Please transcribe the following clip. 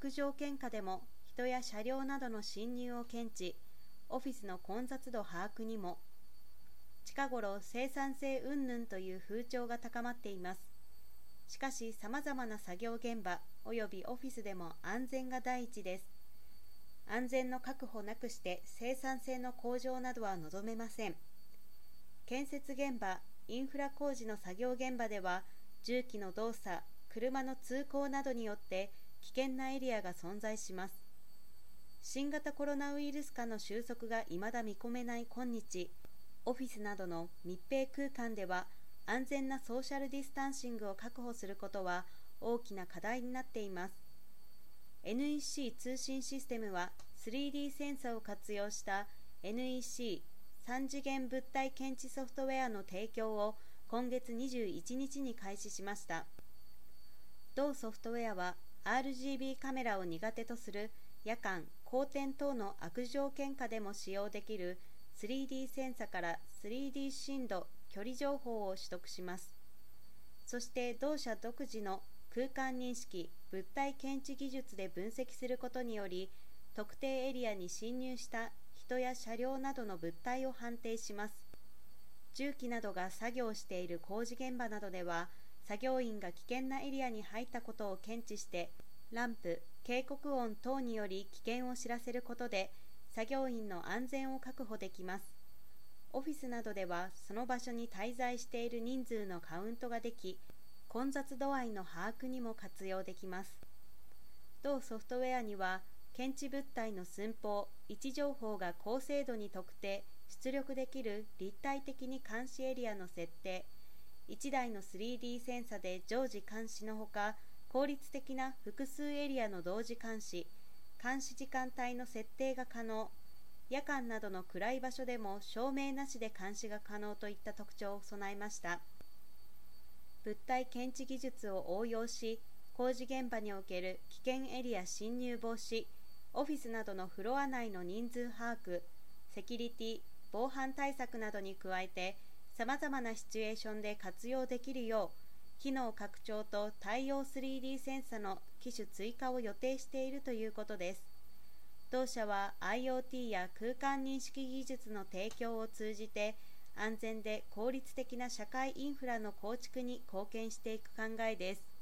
悪条件下でも人や車両などの侵入を検知、オフィスの混雑度把握にも。近頃生産性云々という風潮が高まっています。しかしさまざまな作業現場およびオフィスでも安全が第一です。安全の確保なくして生産性の向上などは望めません。建設現場、インフラ工事の作業現場では重機の動作、車の通行などによって危険なエリアが存在します。新型コロナウイルス化の収束が未だ見込めない今日、オフィスなどの密閉空間では安全なソーシャルディスタンシングを確保することは大きな課題になっています。NEC 通信システムは 3D センサーを活用した NEC 3次元物体検知ソフトウェアの提供を今月21日に開始しました。同ソフトウェアは RGB カメラを苦手とする夜間、光点等の悪条件下でも使用できる 3D センサから 3D 深度、距離情報を取得します。そして同社独自の空間認識、物体検知技術で分析することにより、特定エリアに侵入した人や車両などの物体を判定します。重機などが作業している工事現場などでは、作業員が危険なエリアに入ったことを検知して、ランプ、警告音等により危険を知らせることで、作業員の安全を確保できます。オフィスなどでは、その場所に滞在している人数のカウントができ、混雑度合いの把握にも活用できます。同ソフトウェアには、検知物体の寸法、位置情報が高精度に特定、出力できる立体的に監視エリアの設定、1台の 3D センサで常時監視のほか、効率的な複数エリアの同時監視、監視時間帯の設定が可能、夜間などの暗い場所でも照明なしで監視が可能といった特徴を備えました。物体検知技術を応用し、工事現場における危険エリア侵入防止、オフィスなどのフロア内の人数把握、セキュリティ、防犯対策などに加えて、さまざまなシチュエーションで活用できるよう、機能拡張と対応 3D センサの機種追加を予定しているということです。同社は IoT や空間認識技術の提供を通じて、安全で効率的な社会インフラの構築に貢献していく考えです。